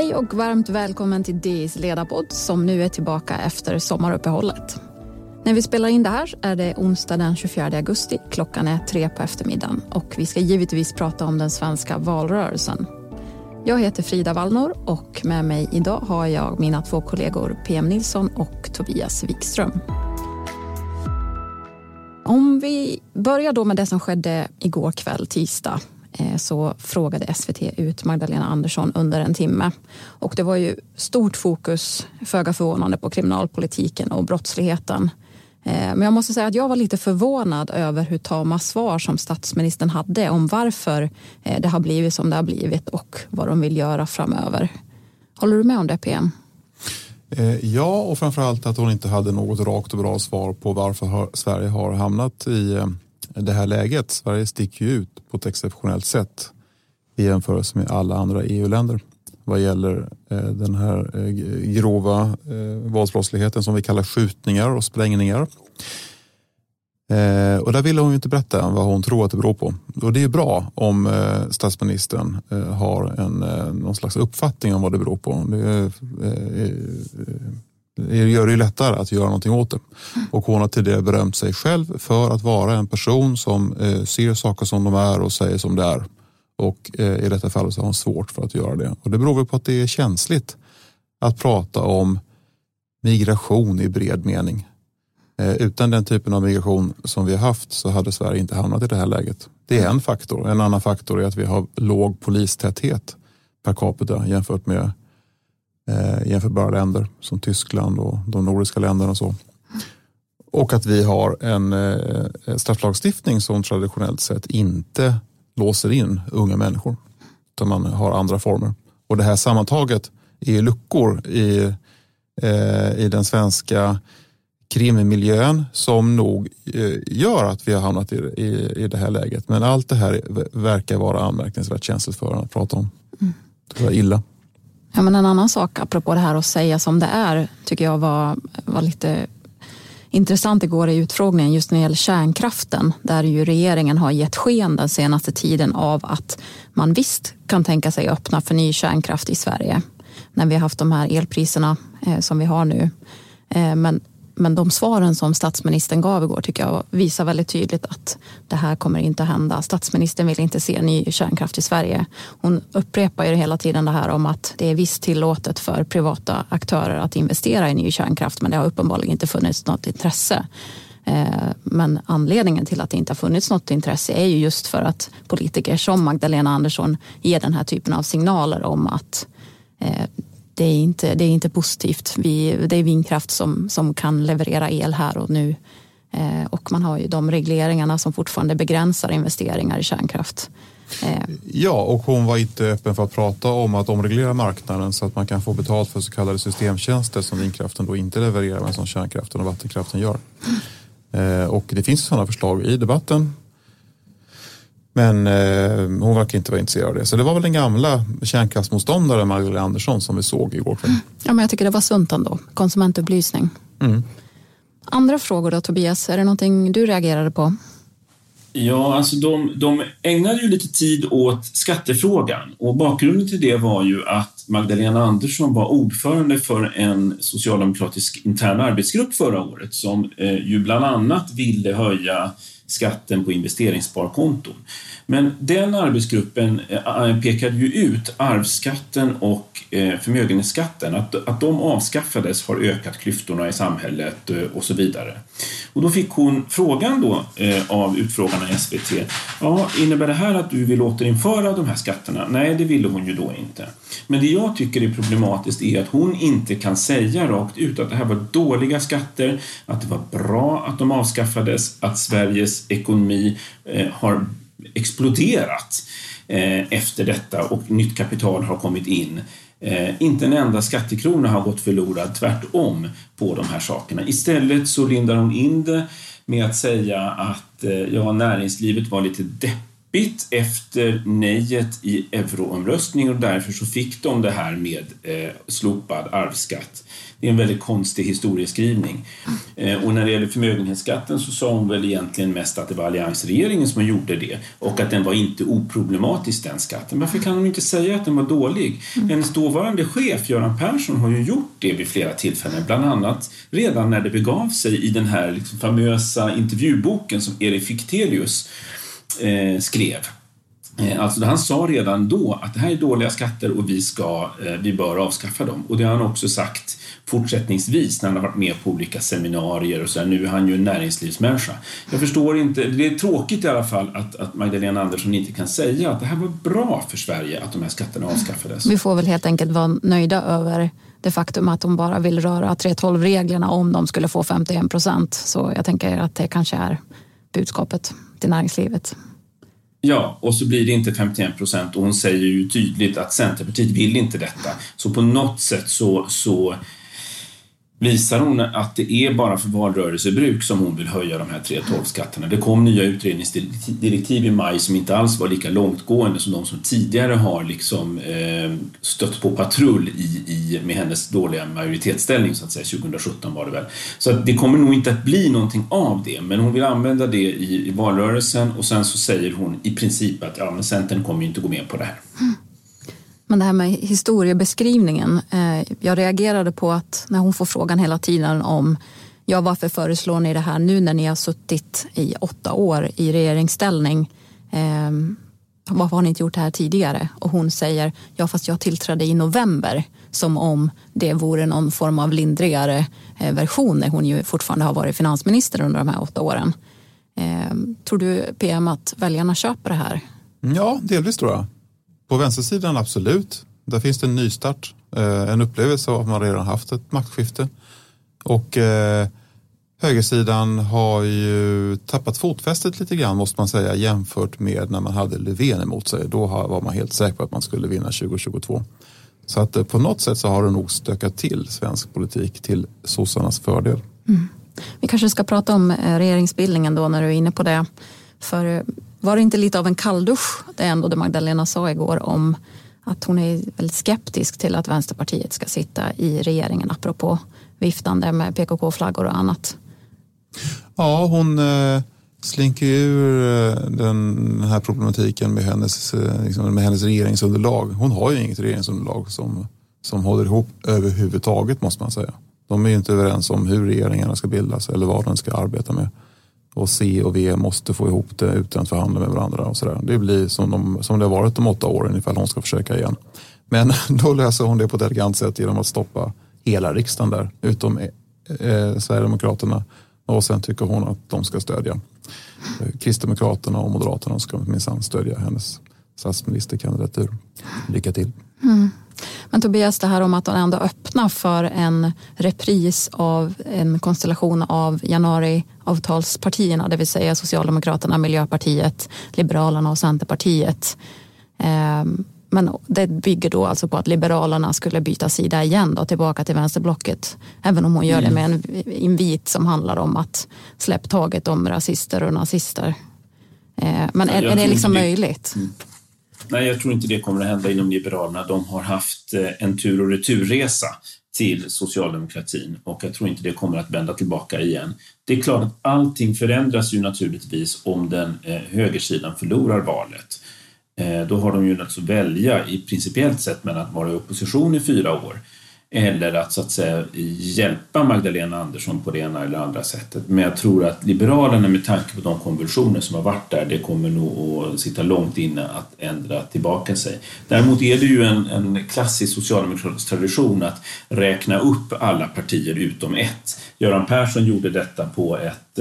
Hej och varmt välkommen till DIs ledarpodd som nu är tillbaka efter sommaruppehållet. När vi spelar in det här är det onsdag den 24 augusti. Klockan är 3 på eftermiddagen och vi ska givetvis prata om den svenska valrörelsen. Jag heter Frida Wallnor och med mig idag har jag mina 2 kollegor PM Nilsson och Tobias Wikström. Om vi börjar då med det som skedde igår kväll, tisdag, så frågade SVT ut Magdalena Andersson under en timme. Och det var ju stort fokus, föga förvånande, på kriminalpolitiken och brottsligheten. Men jag måste säga att jag var lite förvånad över hur tama svar som statsministern hade om varför det har blivit som det har blivit och vad de vill göra framöver. Håller du med om det, PM? Ja, och framförallt att hon inte hade något rakt och bra svar på varför Sverige har hamnat i det här läget. Sverige sticker ju ut på ett exceptionellt sätt i jämförelse med alla andra EU-länder vad gäller den här grova våldsbrottsligheten som vi kallar skjutningar och sprängningar. Och där vill hon ju inte berätta vad hon tror att det beror på. Och det är bra om statsministern har någon slags uppfattning om vad det beror på. Det gör det ju lättare att göra någonting åt det. Och hon har tidigare berömt sig själv för att vara en person som ser saker som de är och säger som det är. Och i detta fall så har hon svårt för att göra det. Och det beror väl på att det är känsligt att prata om migration i bred mening. Utan den typen av migration som vi har haft så hade Sverige inte hamnat i det här läget. Det är en faktor. En annan faktor är att vi har låg polistäthet per capita jämfört med jämförbara länder som Tyskland och de nordiska länderna och så. Och att vi har en strafflagstiftning som traditionellt sett inte låser in unga människor. Utan man har andra former. Och det här sammantaget är luckor i den svenska krimmiljön som nog gör att vi har hamnat i det här läget. Men allt det här verkar vara anmärkningsvärt känsligt för att prata om. Det var illa. Ja, men en annan sak apropå det här att säga som det är tycker jag var lite intressant igår i utfrågningen just när det gäller kärnkraften. Där ju regeringen har gett sken den senaste tiden av att man visst kan tänka sig öppna för ny kärnkraft i Sverige. När vi har haft de här elpriserna som vi har nu. Men de svaren som statsministern gav igår tycker jag visar väldigt tydligt att det här kommer inte att hända. Statsministern vill inte se ny kärnkraft i Sverige. Hon upprepar ju hela tiden det här om att det är visst tillåtet för privata aktörer att investera i ny kärnkraft, men det har uppenbarligen inte funnits något intresse. Men anledningen till att det inte har funnits något intresse är ju just för att politiker som Magdalena Andersson ger den här typen av signaler om att det är inte positivt. Det är vindkraft som kan leverera el här och nu. Och man har ju de regleringarna som fortfarande begränsar investeringar i kärnkraft. Ja, och hon var inte öppen för att prata om att omreglera marknaden så att man kan få betalt för så kallade systemtjänster som vindkraften då inte levererar men som kärnkraften och vattenkraften gör. Och det finns sådana förslag i debatten. Men hon verkar inte vara intresserad av det. Så det var väl den gamla kärnkraftsmotståndaren Magdalena Andersson som vi såg igår kväll. Ja, men jag tycker det var sunt ändå. Konsumentupplysning. Andra frågor då, Tobias? Är det någonting du reagerade på? Ja, alltså de ägnade ju lite tid åt skattefrågan. Och bakgrunden till det var ju att Magdalena Andersson var ordförande för en socialdemokratisk intern arbetsgrupp förra året som ju bland annat ville höja skatten på investeringssparkonton. Men den arbetsgruppen pekade ju ut arvsskatten och förmögenhetsskatten. Att de avskaffades har ökat klyftorna i samhället och så vidare. Och då fick hon frågan då av utfrågarna i SVT. Ja, innebär det här att du vill återinföra de här skatterna? Nej, det ville hon ju då inte. Men det jag tycker är problematiskt är att hon inte kan säga rakt ut att det här var dåliga skatter, att det var bra att de avskaffades, att Sveriges ekonomi har exploderat efter detta och nytt kapital har kommit in. Inte en enda skattekrona har gått förlorad, tvärtom på de här sakerna. Istället så lindar hon in det med att säga att näringslivet var lite deppigt efter nejet i euroomröstningen och därför så fick de det här med slopad arvsskatt. Det är en väldigt konstig historieskrivning. Och när det gäller förmögenhetsskatten så sa hon väl egentligen mest att det var alliansregeringen som gjorde det och att den var inte oproblematisk, den skatten. Varför kan hon inte säga att den var dålig? Hennes dåvarande chef Göran Persson har ju gjort det vid flera tillfällen, bland annat redan när det begav sig i den här liksom famösa intervjuboken som Erik Fichtelius skrev. Alltså han sa redan då att det här är dåliga skatter och vi bör avskaffa dem. Och det har han också sagt fortsättningsvis när han har varit med på olika seminarier och så här. Nu är han ju en näringslivsmänniska. Jag förstår inte, det är tråkigt i alla fall att Magdalena Andersson inte kan säga att det här var bra för Sverige att de här skatterna avskaffades. Vi får väl helt enkelt vara nöjda över det faktum att de bara vill röra 3:12-reglerna om de skulle få 51%. Så jag tänker att det kanske är budskapet till näringslivet. Ja, och så blir det inte 51% och hon säger ju tydligt att Centerpartiet vill inte detta. Så på något sätt så visar hon att det är bara för valrörelsebruk som hon vill höja de här 3:12-skatterna. Det kom nya utredningsdirektiv i maj som inte alls var lika långtgående som de som tidigare har liksom, stött på patrull med hennes dåliga majoritetsställning så att säga, 2017 var det väl. Så att det kommer nog inte att bli någonting av det, men hon vill använda det i valrörelsen och sen så säger hon i princip att men Centern kommer ju inte gå med på det här. Men det här med historiebeskrivningen, jag reagerade på att när hon får frågan hela tiden om varför föreslår ni det här nu när ni har suttit i 8 år i regeringsställning, varför har ni inte gjort det här tidigare? Och hon säger, fast jag tillträdde i november, som om det vore någon form av lindrigare version när hon ju fortfarande har varit finansminister under de här 8 åren. Tror du, PM, att väljarna köper det här? Ja, delvis tror jag. På vänstersidan absolut. Där finns det en nystart. En upplevelse av att man redan haft ett maktskifte. Och högersidan har ju tappat fotfästet lite grann måste man säga jämfört med när man hade Löfven emot sig. Då var man helt säker på att man skulle vinna 2022. Så att på något sätt så har det nog stökat till svensk politik till sossarnas fördel. Mm. Vi kanske ska prata om regeringsbildningen då när du är inne på det. För var det inte lite av en kalldusch det ändå det Magdalena sa igår om att hon är väldigt skeptisk till att Vänsterpartiet ska sitta i regeringen apropå viftande med PKK-flaggor och annat? Ja, hon slinker ur den här problematiken med hennes regeringsunderlag. Hon har ju inget regeringsunderlag som håller ihop överhuvudtaget måste man säga. De är ju inte överens om hur regeringarna ska bildas eller vad de ska arbeta med. Och C och V måste få ihop det utan att förhandla med varandra och sådär. Det blir som det har varit de 8 åren ifall hon ska försöka igen. Men då löser hon det på ett elegant sätt genom att stoppa hela riksdagen där, utom Sverigedemokraterna. Och sen tycker hon att de ska stödja Kristdemokraterna och Moderaterna ska minsann stödja hennes statsministerkandidatur. Lycka till. Mm. Men Tobias, det här om att hon ändå öppnar för en repris av en konstellation av januariavtalspartierna, det vill säga Socialdemokraterna, Miljöpartiet, Liberalerna och Centerpartiet. Men det bygger då alltså på att Liberalerna skulle byta sida igen då, tillbaka till vänsterblocket. Även om hon gör det med en invit som handlar om att släpp taget om rasister och nazister. Men är det liksom möjligt? Nej, jag tror inte det kommer att hända inom Liberalerna. De har haft en tur- och returresa till socialdemokratin och jag tror inte det kommer att vända tillbaka igen. Det är klart att allting förändras ju naturligtvis om den högersidan förlorar valet. Då har de ju att välja i principiellt sett mellan att vara i opposition i 4 år eller att så att säga hjälpa Magdalena Andersson på det ena eller andra sättet. Men jag tror att Liberalerna med tanke på de konvulsioner som har varit där, det kommer nog att sitta långt inne att ändra tillbaka sig. Däremot är det ju en klassisk socialdemokratisk tradition att räkna upp alla partier utom ett. Göran Persson gjorde detta på ett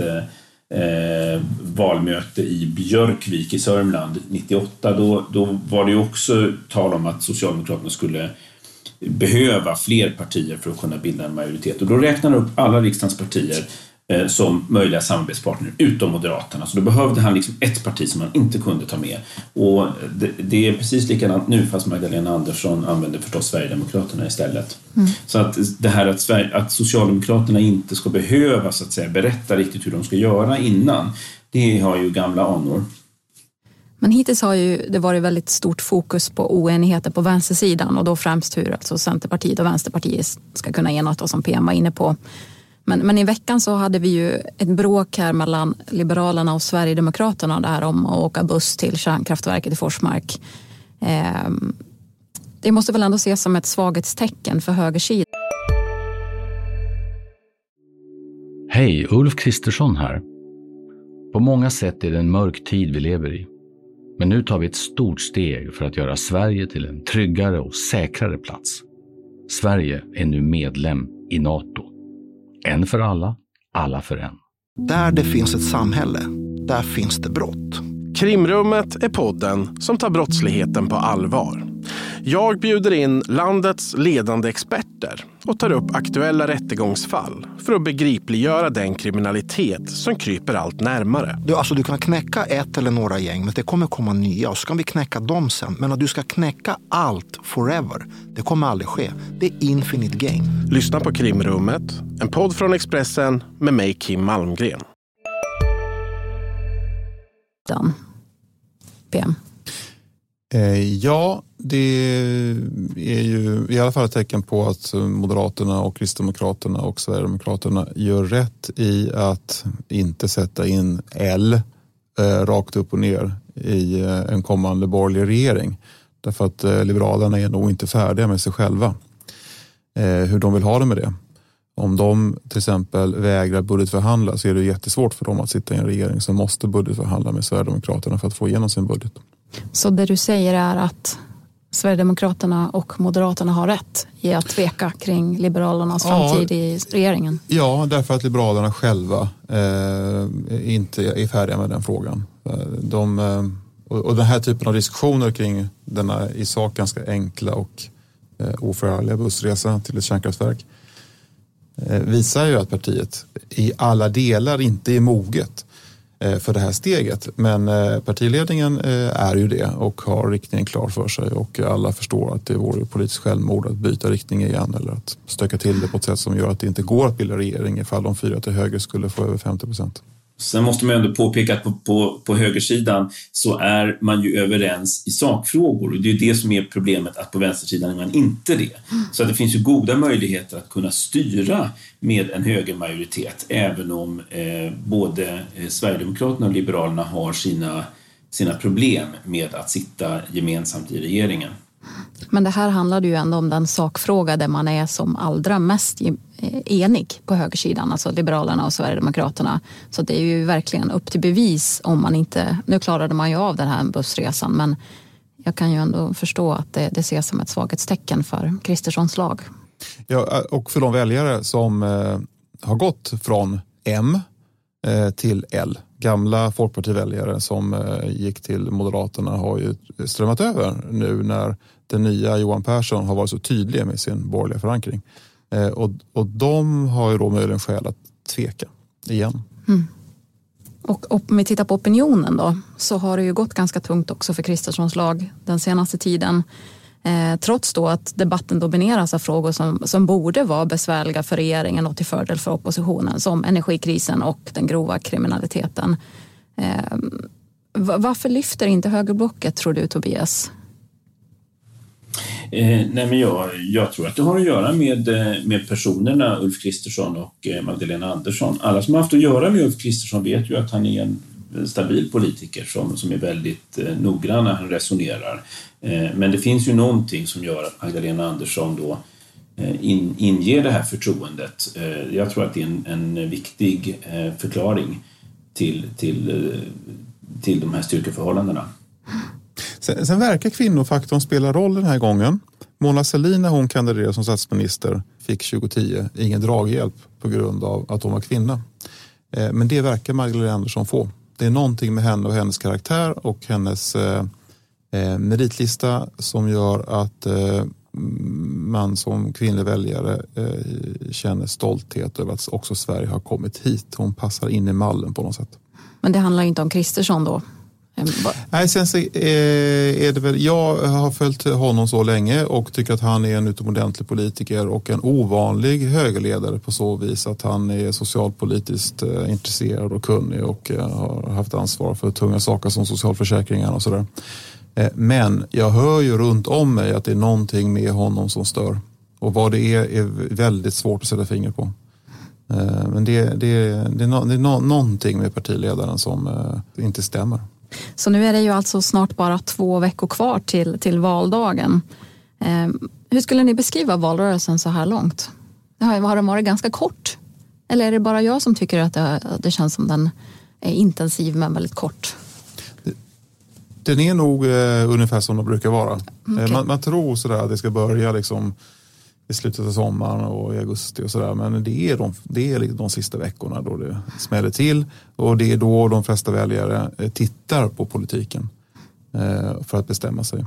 valmöte i Björkvik i Sörmland 98. Då var det ju också tal om att Socialdemokraterna skulle behöva fler partier för att kunna bilda en majoritet. Och då räknar han upp alla riksdagens partier som möjliga samarbetspartner utom Moderaterna. Så då behövde han liksom ett parti som han inte kunde ta med. Och det är precis likadant nu fast Magdalena Andersson använder förstås Sverigedemokraterna istället. Så att det här att Socialdemokraterna inte ska behöva så att säga berätta riktigt hur de ska göra innan, det har ju gamla anor. Men hittills har ju det varit väldigt stort fokus på oenigheter på vänstersidan och då främst hur alltså Centerpartiet och Vänsterpartiet ska kunna enas som PM var inne på. Men i veckan så hade vi ju ett bråk här mellan Liberalerna och Sverigedemokraterna där om att åka buss till kärnkraftverket i Forsmark. Det måste väl ändå ses som ett svaghetstecken för högersidan. Hej, Ulf Kristersson här. På många sätt är det en mörk tid vi lever i. Men nu tar vi ett stort steg för att göra Sverige till en tryggare och säkrare plats. Sverige är nu medlem i NATO. En för alla, alla för en. Där det finns ett samhälle, där finns det brott. Krimrummet är podden som tar brottsligheten på allvar. Jag bjuder in landets ledande experter och tar upp aktuella rättegångsfall för att begripliggöra den kriminalitet som kryper allt närmare. Du kan knäcka ett eller några gäng, men det kommer komma nya och så kan vi knäcka dem sen. Men att du ska knäcka allt forever, det kommer aldrig ske. Det är infinite game. Lyssna på Krimrummet, en podd från Expressen med mig Kim Malmgren. PM. Ja, det är ju i alla fall ett tecken på att Moderaterna och Kristdemokraterna och Sverigedemokraterna gör rätt i att inte sätta in L rakt upp och ner i en kommande borgerlig regering. Därför att Liberalerna är nog inte färdiga med sig själva. Hur de vill ha det med det. Om de till exempel vägrar budgetförhandla så är det jättesvårt för dem att sitta i en regering som måste budgetförhandla med Sverigedemokraterna för att få igenom sin budget. Så det du säger är att Sverigedemokraterna och Moderaterna har rätt i att tveka kring Liberalernas framtid i regeringen? Ja, därför att Liberalerna själva inte är färdiga med den frågan. Och den här typen av diskussioner kring denna i sak ganska enkla och oförargliga bussresa till ett kärnkraftverk visar ju att partiet i alla delar inte är moget för det här steget. Men partiledningen är ju det och har riktningen klar för sig och alla förstår att det vore politiskt självmord att byta riktning igen eller att stöka till det på ett sätt som gör att det inte går att bilda regering ifall de 4 till höger skulle få över 50%. Sen måste man ändå påpeka att på högersidan så är man ju överens i sakfrågor och det är det som är problemet, att på vänstersidan är man inte det. Så att det finns ju goda möjligheter att kunna styra med en högermajoritet även om både Sverigedemokraterna och Liberalerna har sina problem med att sitta gemensamt i regeringen. Men det här handlar ju ändå om den sakfråga där man är som allra mest enig på högersidan, alltså Liberalerna och Sverigedemokraterna. Så det är ju verkligen upp till bevis om man inte... Nu klarade man ju av den här bussresan, men jag kan ju ändå förstå att det ses som ett svaghetstecken för Kristerssons lag. Ja, och för de väljare som har gått från M till L. Gamla folkpartiväljare som gick till Moderaterna har ju strömmat över nu när den nya Johan Persson har varit så tydlig med sin borgerliga förankring. Och de har ju då möjligen skäl att tveka igen. Mm. Och om vi tittar på opinionen då, så har det ju gått ganska tungt också för Kristerssons lag den senaste tiden. Trots då att debatten domineras av frågor som borde vara besvärliga för regeringen och till fördel för oppositionen, som energikrisen och den grova kriminaliteten. Varför lyfter inte högerblocket, tror du, Tobias? Nej, men jag tror att det har att göra med personerna Ulf Kristersson och Magdalena Andersson. Alla som har haft att göra med Ulf Kristersson vet ju att han är en stabil politiker som är väldigt noggrann när han resonerar. Men det finns ju någonting som gör att Magdalena Andersson då inger det här förtroendet. Jag tror att det är en viktig förklaring till de här styrkeförhållandena. Sen verkar kvinnofaktorn spela roll den här gången. Mona Sahlin, när hon kandiderade som statsminister, fick 2010 ingen draghjälp på grund av att hon var kvinna. Men det verkar Magdalena Andersson få. Det är någonting med henne och hennes karaktär och hennes meritlista som gör att man som kvinnlig väljare känner stolthet över att också Sverige har kommit hit. Hon passar in i mallen på något sätt. Men det handlar inte om Kristersson då? Nej, sen så är det väl, jag har följt honom så länge och tycker att han är en utomordentlig politiker och en ovanlig högerledare på så vis att han är socialpolitiskt intresserad och kunnig och har haft ansvar för tunga saker som socialförsäkringar och sådär. Men jag hör ju runt om mig att det är någonting med honom som stör. Och vad det är väldigt svårt att sätta finger på. Men det är någonting med partiledaren som inte stämmer. Så nu är det ju alltså snart bara 2 veckor kvar till valdagen. Hur skulle ni beskriva valrörelsen så här långt? Har den varit ganska kort? Eller är det bara jag som tycker att det känns som den är intensiv men väldigt kort? Den är nog ungefär som de brukar vara. Okay. Man tror sådär att det ska börja liksom i slutet av sommaren och i augusti och sådär. Men det är de sista veckorna då det smäller till. Och det är då de flesta väljare tittar på politiken för att bestämma sig.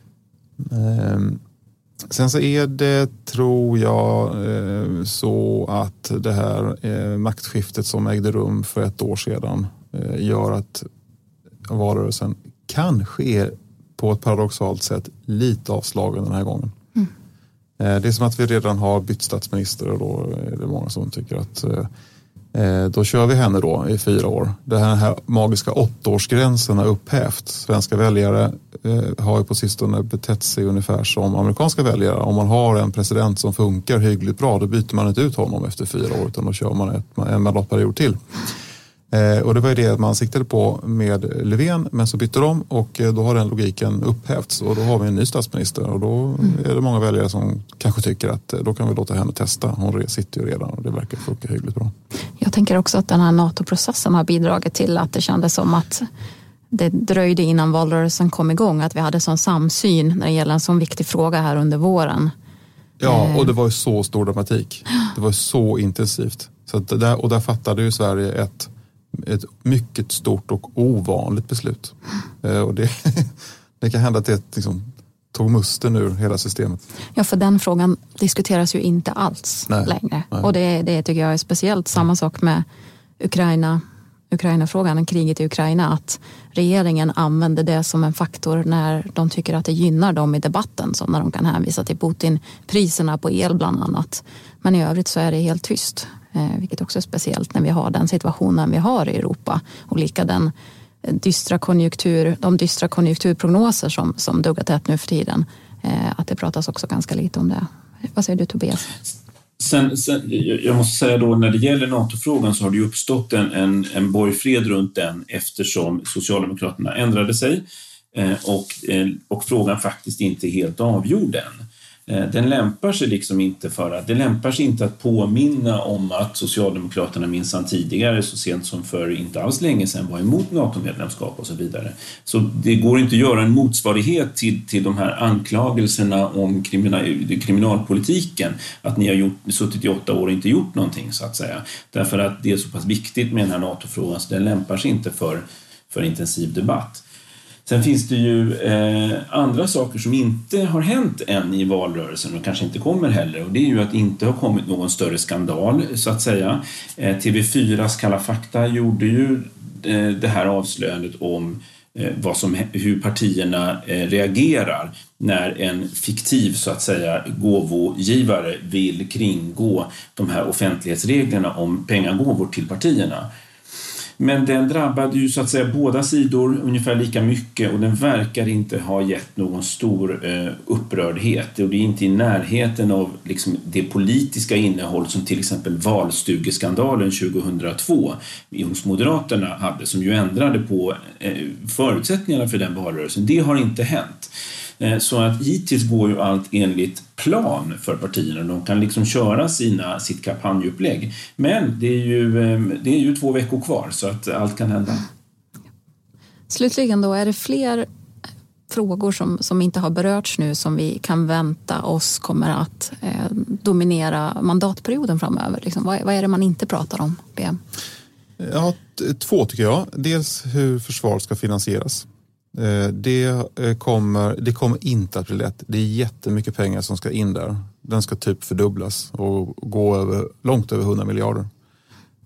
Sen så är det, tror jag, så att det här maktskiftet som ägde rum för 1 år sedan gör att valrörelsen kanske är på ett paradoxalt sätt lite avslagen den här gången. Det är som att vi redan har bytt statsminister och då är det många som tycker att då kör vi henne då i 4 år. Den här magiska 8-årsgränsen har upphävt. Svenska väljare har ju på sistone betett sig ungefär som amerikanska väljare. Om man har en president som funkar hyggligt bra, då byter man inte ut honom efter 4 år utan då kör man en mandatperiod till. Och det var ju det man siktade på med Löfven, men så bytte de och då har den logiken upphävts och då har vi en ny statsminister och då är det många väljare som kanske tycker att då kan vi låta henne testa. Hon sitter ju redan och det verkar funka hyggligt bra. Jag tänker också att den här NATO-processen har bidragit till att det kändes som att det dröjde innan valrörelsen kom igång, att vi hade sån samsyn när det gäller en sån viktig fråga här under våren. Ja, och det var ju så stor dramatik. Det var så intensivt. Så att där fattade ju Sverige ett mycket stort och ovanligt beslut. Och det kan hända att det liksom tog musten ur hela systemet. Ja, för den frågan diskuteras ju inte alls längre. Nej. Och det tycker jag är speciellt. Samma sak med Ukraina-frågan, kriget i Ukraina, att regeringen använder det som en faktor när de tycker att det gynnar dem i debatten, som när de kan hänvisa till Putin-priserna på el bland annat. Men i övrigt så är det helt tyst. Vilket också är speciellt när vi har den situationen vi har i Europa och lika de dystra konjunkturprognoser som duggar tätt nu för tiden, att det pratas också ganska lite om det. Vad säger du, Tobias? Sen, jag måste säga då, när det gäller NATO-frågan så har det ju uppstått en borgfred runt den eftersom Socialdemokraterna ändrade sig och frågan faktiskt inte är helt avgjord än. Den lämpar sig liksom inte det lämpar sig inte att påminna om att Socialdemokraterna minsann tidigare, så sent som för inte alls länge sedan, var emot NATO-medlemskap och så vidare. Så det går inte att göra en motsvarighet till de här anklagelserna om kriminalpolitiken, att ni har suttit i 8 år och inte gjort någonting, så att säga. Därför att det är så pass viktigt med den här NATO-frågan, så den lämpar sig inte för intensiv debatt. Sen finns det ju andra saker som inte har hänt än i valrörelsen och kanske inte kommer heller. Och det är ju att det inte har kommit någon större skandal, så att säga. TV4s Kalla fakta gjorde ju det här avslöjandet om hur partierna reagerar när en fiktiv, så att säga, gåvogivare vill kringgå de här offentlighetsreglerna om pengagåvor till partierna. Men den drabbade ju, så att säga, båda sidor ungefär lika mycket och den verkar inte ha gett någon stor upprördhet. Och det är inte i närheten av liksom det politiska innehåll som till exempel valstugeskandalen 2002 hos Moderaterna hade, som ju ändrade på förutsättningarna för den valrörelsen. Det har inte hänt. Så att hittills går ju allt enligt plan för partierna. De kan liksom köra sitt kampanjupplägg. Men det är ju 2 veckor kvar, så att allt kan hända. Slutligen då, är det fler frågor som inte har berörts nu som vi kan vänta oss kommer att dominera mandatperioden framöver? Liksom, vad är det man inte pratar om, BM? Ja, 2 tycker jag. Dels hur försvaret ska finansieras. Det kommer inte att bli lätt. Det är jättemycket pengar som ska in där. Den ska typ fördubblas och gå långt över 100 miljarder.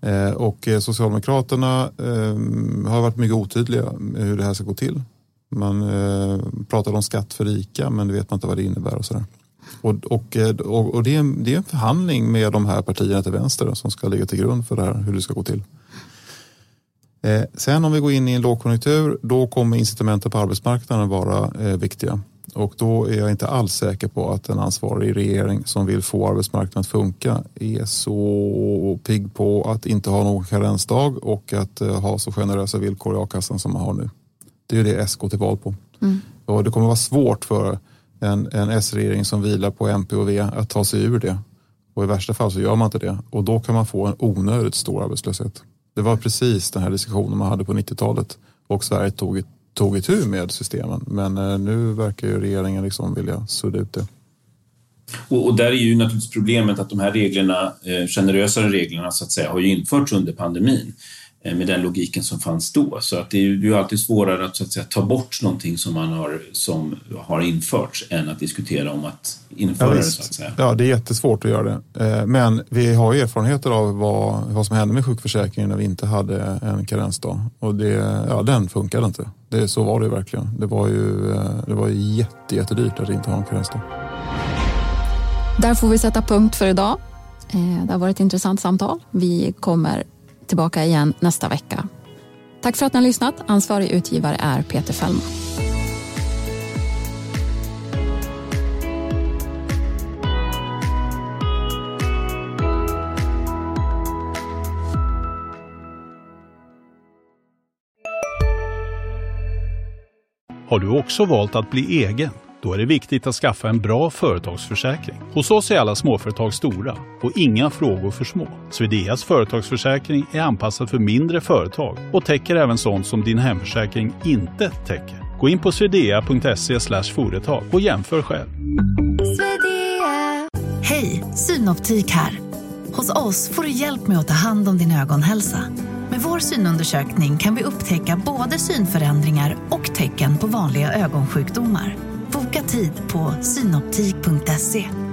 Och Socialdemokraterna har varit mycket otydliga med hur det här ska gå till. Man pratar om skatt för rika, men det vet man inte vad det innebär och sådär. Och det är en förhandling med de här partierna till vänster som ska ligga till grund för det här, hur det ska gå till. Sen om vi går in i en lågkonjunktur, då kommer incitamenten på arbetsmarknaden vara viktiga. Och då är jag inte alls säker på att en ansvarig regering som vill få arbetsmarknaden att funka är så pigg på att inte ha någon karensdag och att ha så generösa villkor i a-kassan som man har nu. Det är ju det S går till val på. Och det kommer vara svårt för en S-regering som vilar på MP och V att ta sig ur det. Och i värsta fall så gör man inte det. Och då kan man få en onödigt stor arbetslöshet. Det var precis den här diskussionen man hade på 90-talet. Och Sverige tog itu med systemen. Men nu verkar ju regeringen liksom vilja sudda ut det. Och där är ju naturligtvis problemet att de här reglerna, generösare reglerna så att säga, har ju införts under pandemin. Med den logiken som fanns då. Så att det är ju alltid svårare att, så att säga, ta bort någonting som har införts än att diskutera om att införa det, så att säga. Ja, det är jättesvårt att göra det. Men vi har erfarenheter av vad som hände med sjukförsäkringen när vi inte hade en karensdag. Och den funkade inte. Så var det verkligen. Det var ju jättedyrt att inte ha en karensdag. Där får vi sätta punkt för idag. Det har varit ett intressant samtal. Vi kommer tillbaka igen nästa vecka. Tack för att ni har lyssnat. Ansvarig utgivare är Peter Fällman. Har du också valt att bli egen? Då är det viktigt att skaffa en bra företagsförsäkring. Hos oss är alla småföretag stora och inga frågor för små. Swedeas företagsförsäkring är anpassad för mindre företag och täcker även sånt som din hemförsäkring inte täcker. Gå in på swedea.se/företag och jämför själv. Hej, Synoptik här. Hos oss får du hjälp med att ta hand om din ögonhälsa. Med vår synundersökning kan vi upptäcka både synförändringar och tecken på vanliga ögonsjukdomar. Boka tid på synoptik.se.